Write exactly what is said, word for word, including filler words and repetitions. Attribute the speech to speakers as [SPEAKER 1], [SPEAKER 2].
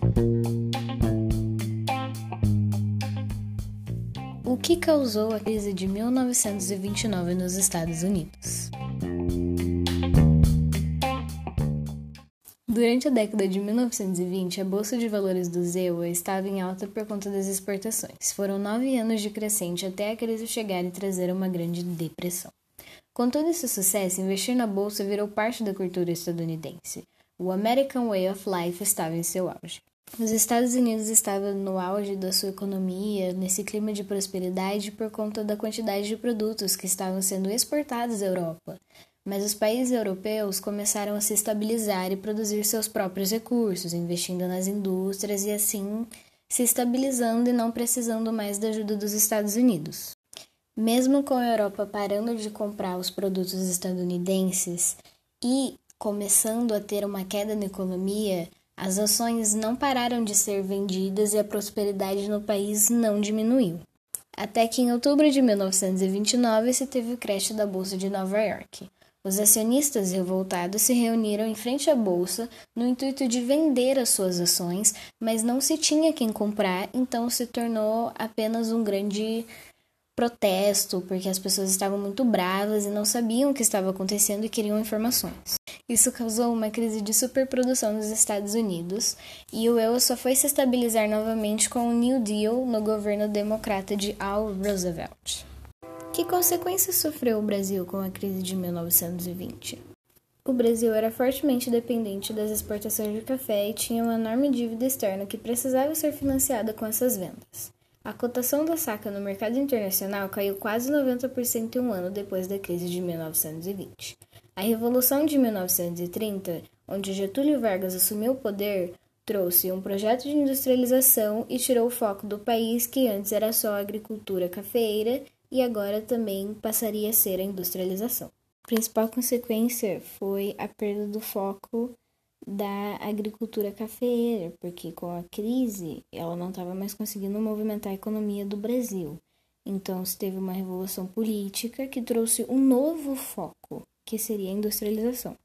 [SPEAKER 1] O que causou a crise de mil novecentos e vinte e nove nos Estados Unidos? Durante a década de mil novecentos e vinte, a Bolsa de Valores do Z E U estava em alta por conta das exportações. Foram nove anos de crescente até a crise chegar e trazer uma grande depressão. Com todo esse sucesso, investir na Bolsa virou parte da cultura estadunidense. O American Way of Life estava em seu auge. Os Estados Unidos estavam no auge da sua economia, nesse clima de prosperidade por conta da quantidade de produtos que estavam sendo exportados à Europa. Mas os países europeus começaram a se estabilizar e produzir seus próprios recursos, investindo nas indústrias e assim se estabilizando e não precisando mais da ajuda dos Estados Unidos. Mesmo com a Europa parando de comprar os produtos estadunidenses e começando a ter uma queda na economia, as ações não pararam de ser vendidas e a prosperidade no país não diminuiu. Até que em outubro de mil novecentos e vinte e nove se teve o crash da Bolsa de Nova York. Os acionistas revoltados se reuniram em frente à Bolsa no intuito de vender as suas ações, mas não se tinha quem comprar, então se tornou apenas um grande protesto, porque as pessoas estavam muito bravas e não sabiam o que estava acontecendo e queriam informações. Isso causou uma crise de superprodução nos Estados Unidos e o euro só foi se estabilizar novamente com o New Deal no governo democrata de Al Roosevelt. Que consequências sofreu o Brasil com a crise de mil novecentos e vinte? O Brasil era fortemente dependente das exportações de café e tinha uma enorme dívida externa que precisava ser financiada com essas vendas. A cotação da saca no mercado internacional caiu quase noventa por cento em um ano depois da crise de mil novecentos e vinte. A Revolução de mil novecentos e trinta, onde Getúlio Vargas assumiu o poder, trouxe um projeto de industrialização e tirou o foco do país, que antes era só a agricultura cafeeira e agora também passaria a ser a industrialização. A principal consequência foi a perda do foco da agricultura cafeeira, porque com a crise ela não estava mais conseguindo movimentar a economia do Brasil. Então se teve uma revolução política que trouxe um novo foco, que seria a industrialização.